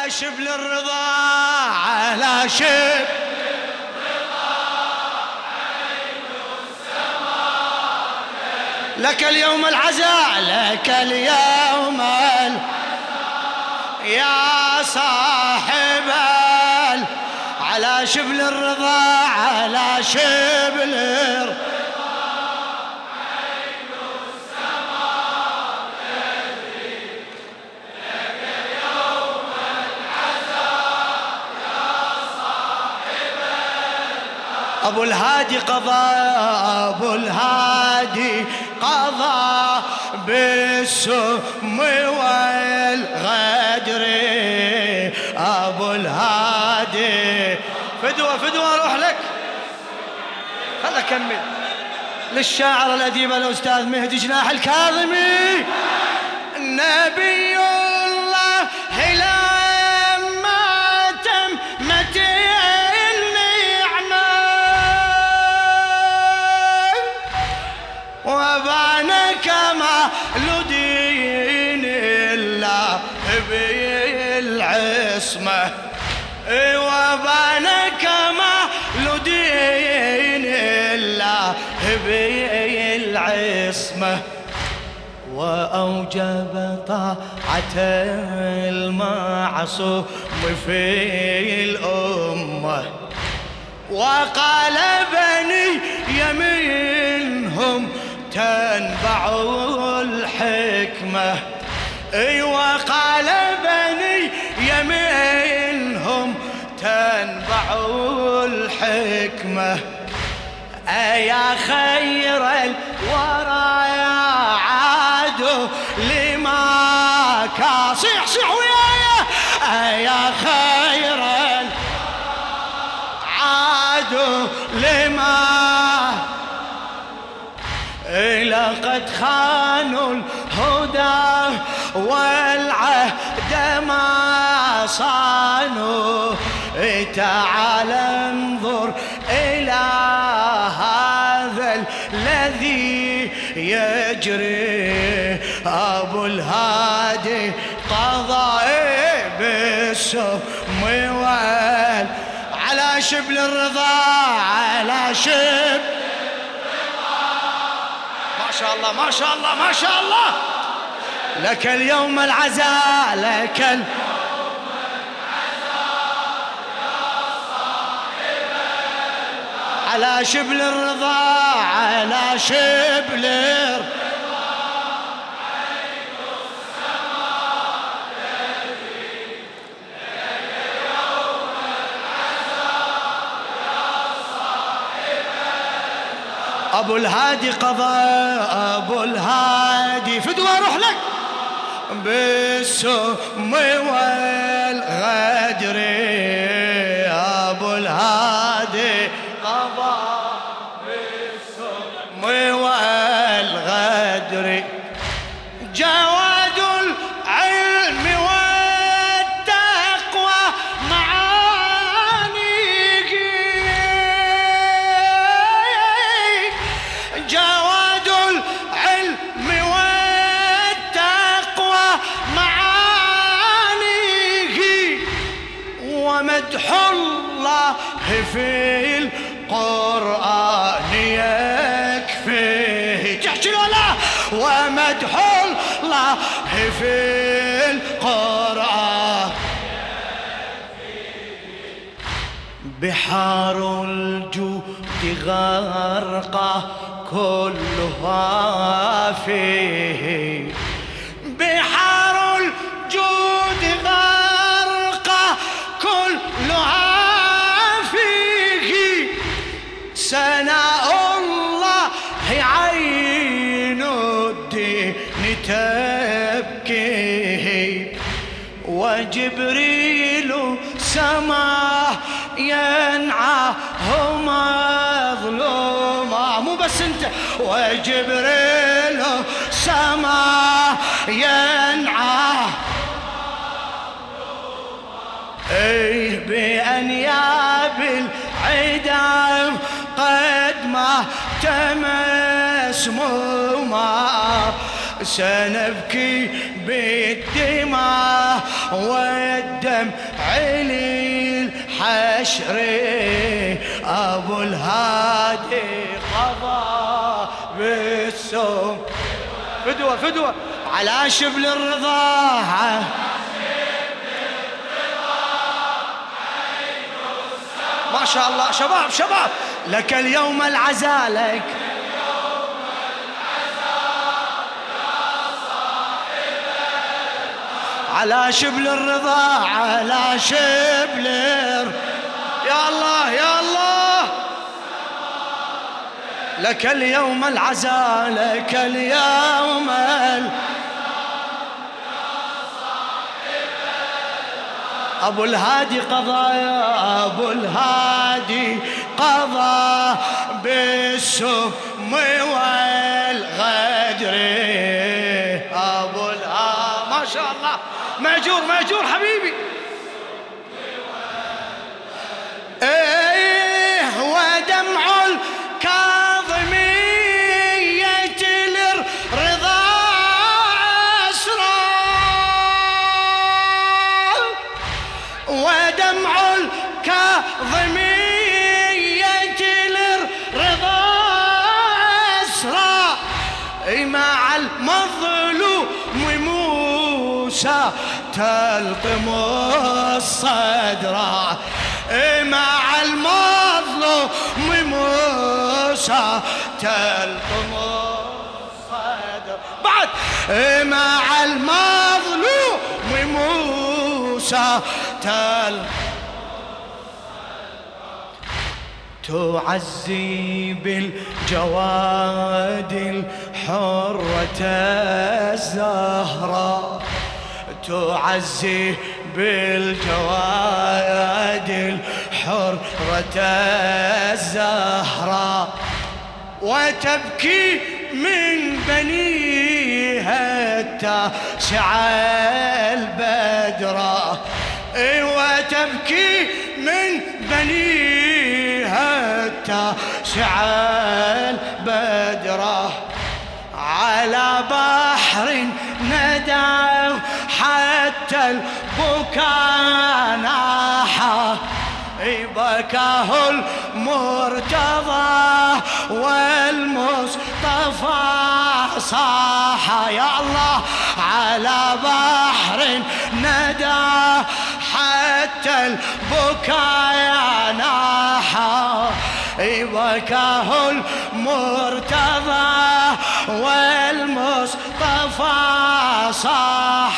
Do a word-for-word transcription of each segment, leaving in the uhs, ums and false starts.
على شبل الرضا على شبل لك اليوم العزاء لك اليوم العزاء يا صاحب ال... على شبل الرضا على شبل الرضا عين السماء تدري لك اليوم العزاء يا صاحب ال... أبو الهادي قضى أبو الهادي قضى بالسم والغدر أبو الهادي فدوة فدوة أروح لك خل أكمل للشاعر الأديب الأستاذ مهدي جناح الكاظمي نبي الله لما تمت النعمة وبان كما لدين الله بالعصمة وبان كما لدين الله بالعصمة وأوجب طاعة المعصوم في الأمة وقال بني منهم تنبع الحكمة وقال بني منهم تنبع الحكمة أيا خير الورى يا عدو لما كان صيح صيح ويايا أيا خير العدو لما لقد خانوا الهدى والعهد ما صانوا تعال انظر إلى هذا الذي يجري أبو الهادي قضى بالسم وال على شبل الرضا على شبل ما شاء الله ما شاء الله ما شاء الله لك اليوم العزاء لك اليوم العزاء يا صاحب على شبل الرضا على شبل الرضا عين السماء تدري لك اليوم العزاء يا صاحب أبو الهادي قضى أبو الهادي فدوة أروح لك بالسم والغدر أبو الهادي قضى بالسم والغدر جواد العلم والتقوى معانيه جواد العلم والتقوى معانيه ومدح الله في القرآن يكفيه تحكي ولا ومدح الله في القرآن بحار الجود غرقه كلها فيه بحار الجود غرقه كلها فيه سناء الله عين الدين تبكيه وجبريل سماه ينعاه مظلوما مو بس انت وجبريل سماه ينعاه ايه بأنياب العدام قد ما تمسموما سنبكي بالدماء والدم علي الحشر. أبو الهادي قضى بالسم فدوة فدوة على شبل الرضا. ما شاء الله شباب شباب، لك اليوم العزاء، لك على شبل الرضا، على شبل الرضا. يا الله يا الله، لك اليوم العزاء، لك اليوم العزاء. أبو الهادي قضى، يا أبو الهادي قضى بالسم والغدر. أبو الهادي ما شاء الله، مأجور مأجور حبيبي. ايه ودمع الكاظمية للرضا أسرى، ودمع الكاظمية للرضا أسرى. مع المظلوم موسى تلطم الصدر، مع المظلوم موسى تلطم الصدر. بعد مع المظلوم موسى تلطم تعزي بالجواد الحرة الزهراء، تعزي بالجواد الحرة الزهراء، وتبكي من بنيها التاسع البدرة، وتبكي من بنيها التاسع البدرة. على بحر ندى حتى البكاء ناحى، بكاه المرتضى والمصطفى صاح. يا الله على بحر ندى حتى البكاء ناحى، بكاه المرتضى والمصطفى صاح.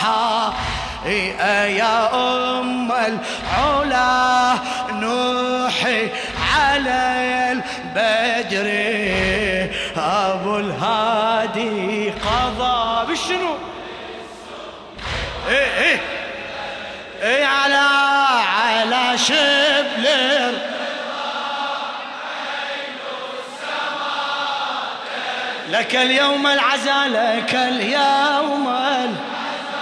يا أم العلا نوحي على البدر، أبو الهادي قضى بالشنو؟ إيه إيه إيه على على شبل لك اليوم العزاء، لك اليوم العزاء.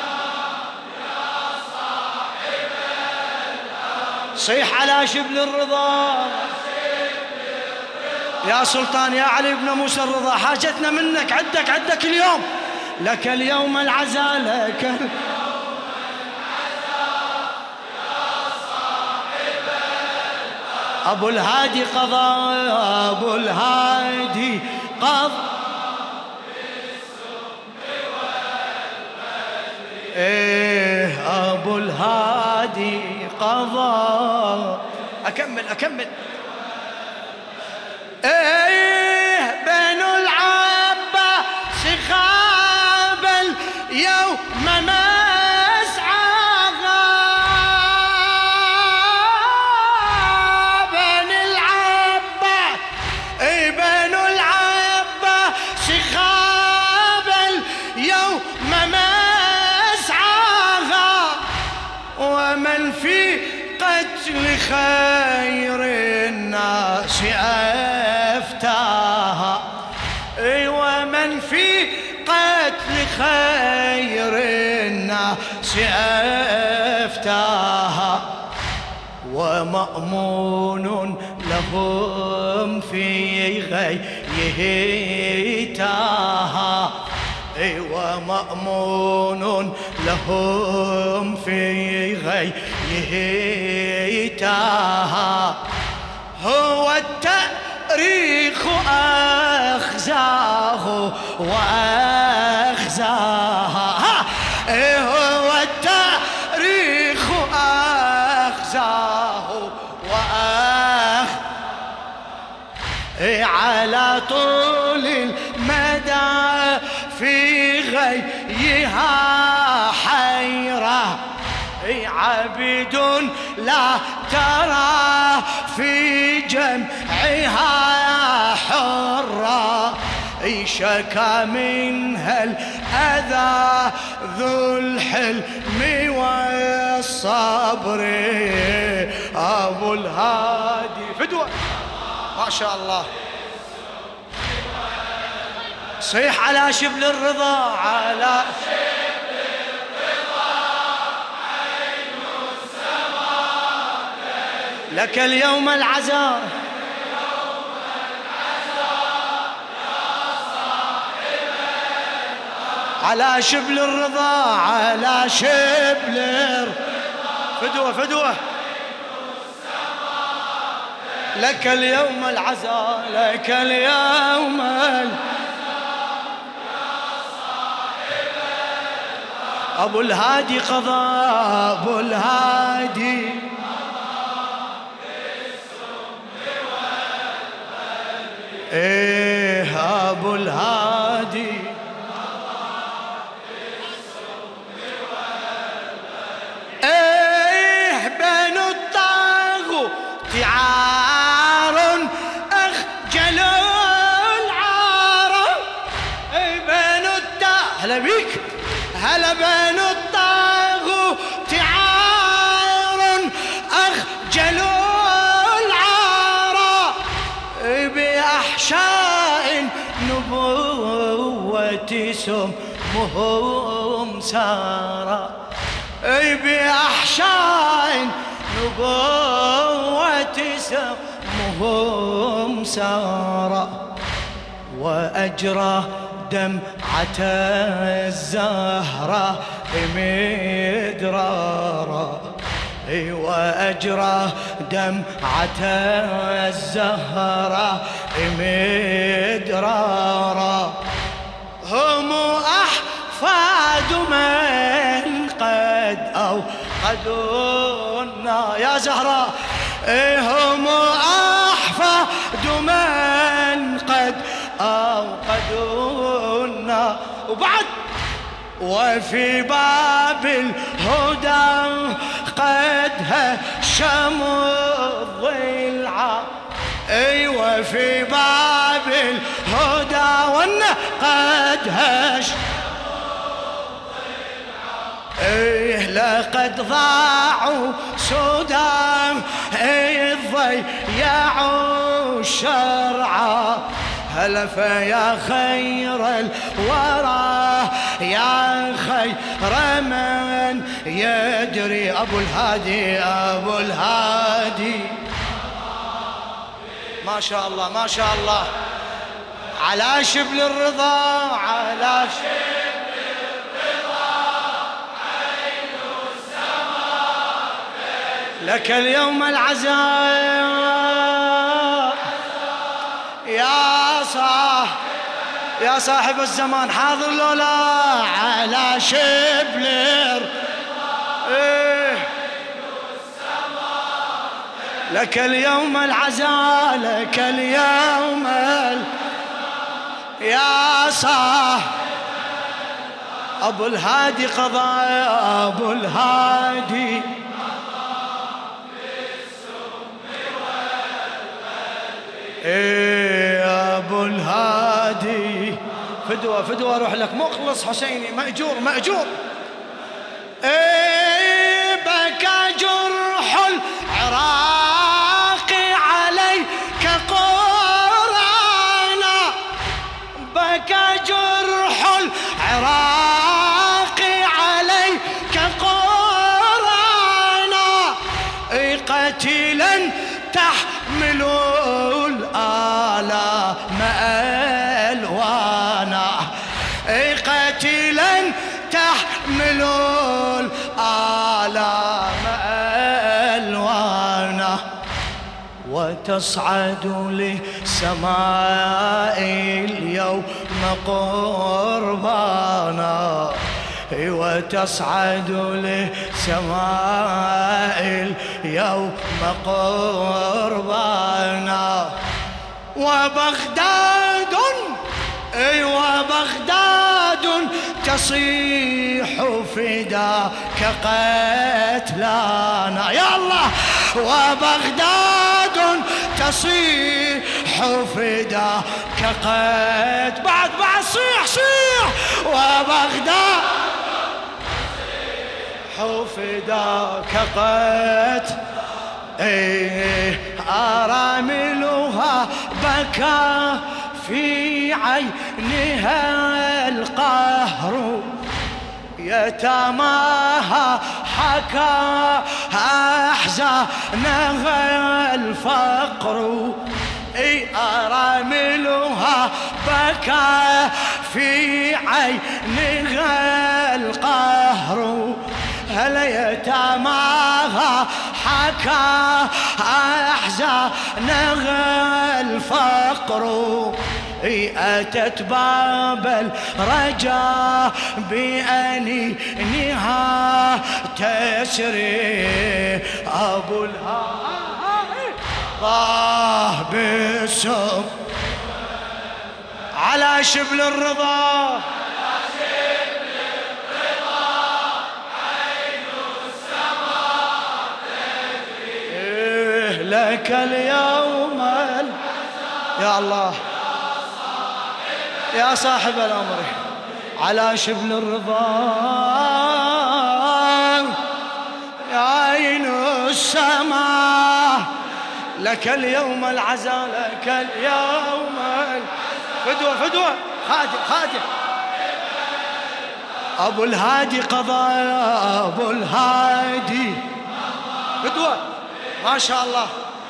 صيح على شبل الرضا يا سلطان يا علي بن موسى الرضا، حاجتنا منك، عدك عدك اليوم. لك اليوم العزاء، لك اليوم العزاء يا صاحب الأرض. أبو الهادي قضى، أبو الهادي قضى إيه أبو الهادي قضى. أكمل أكمل. إيه بنو العباس خاب اليوم مسعاها، بنو العباس إيه بنو العباس خاب اليوم مسعاها، ومن في قتل خير الناس أفتاها، ومن في قتل خير الناس أفتاها، ومأمون لهم في غيتاها، ومأمون لهم في غيتها. هو التاريخ أخزاه وأخزاها، هو التاريخ أخزاه وأخزاها على طول المدى في غيها حيرة. عبد لا ترى في جمعها حرة، شكى منها الأذى ذو الحلم والصبر. أبو الهادي فدوة ما شاء الله. صيح على شبل الرضا، على شبل الرضا عين السماء لك اليوم العزاء، على شبل الرضا، على شبل الرضا فدوة فدوة لك اليوم العزاء، لك اليوم العزاء أبو الهادي قضى، أبو الهادي إيه أبو الهادي إيه بين الطاغوت عار أخجلوا العار. إيه بين الطاغوت هلا بيك، هلا بين الطاغوت عار أخجلوا العار. بأحشاء نبوة سمهم سارا، بأحشاء نبوة سمهم سارا. وأجرى دمعة الزهرة مدرارا، وأجرى دمعة الزهرة مدرارا. هم أحفاد من قد أوقدونا يا زهرة، هم أحفاد من قد أوقدونا. وبعد وفي باب الهدى قد هشموا الضلع، ايوه في باب الهدى قد هشموا الضلع. ايه لقد ضاعوا سودان اذ ضيعوا الشرع. هلا فيا خير الورى يا خير من يدري. أبو الهادي أبو الهادي ما شاء الله ما شاء الله. على شبل الرضا، على شبل الرضا عين السماء لك اليوم العزاء. يا صاح يا صاحب الزمان حاضر لولا، على شبل إيه لك اليوم العزاء، لك اليوم ال... يا صاح أبو الهادي قضى، أبو الهادي إيه أبو الهادي فدوة فدوة أروح لك مخلص حسيني مأجور مأجور. إيه بكى جرح العراق عليك قرانا، بكى جرح العراق عليك قرانا. إيه قتيلا تحملوا الآلام ألوانا، قتيلا تصعد لسماء اليوم قربانا، وتصعد لسماء اليوم قربانا. وبغداد اي وبغداد تصيح فداك قتلانا، يا الله. وبغداد تصيح فداك قت بعد بعد صيح صيح. وبغداد فداك قت ايه أراملها بكى في عينها القهر، يتاماها حكى أحزانها الفقر. اي أراملها بكى في عينها القهر، هل يتاماها حكى أحزانها الفقر. أتت باب الرجاء بأنينها تسري، أبو الهادي طاه بالسم على شبل الرضا، لك اليوم ال... يا الله يا صاحب الأمر على شبل الرضا يا عين السماء، لك اليوم العزاء، لك اليوم فدوة فدوة خادم خادم. أبو الهادي قضى، أبو الهادي فدوة ما شاء الله.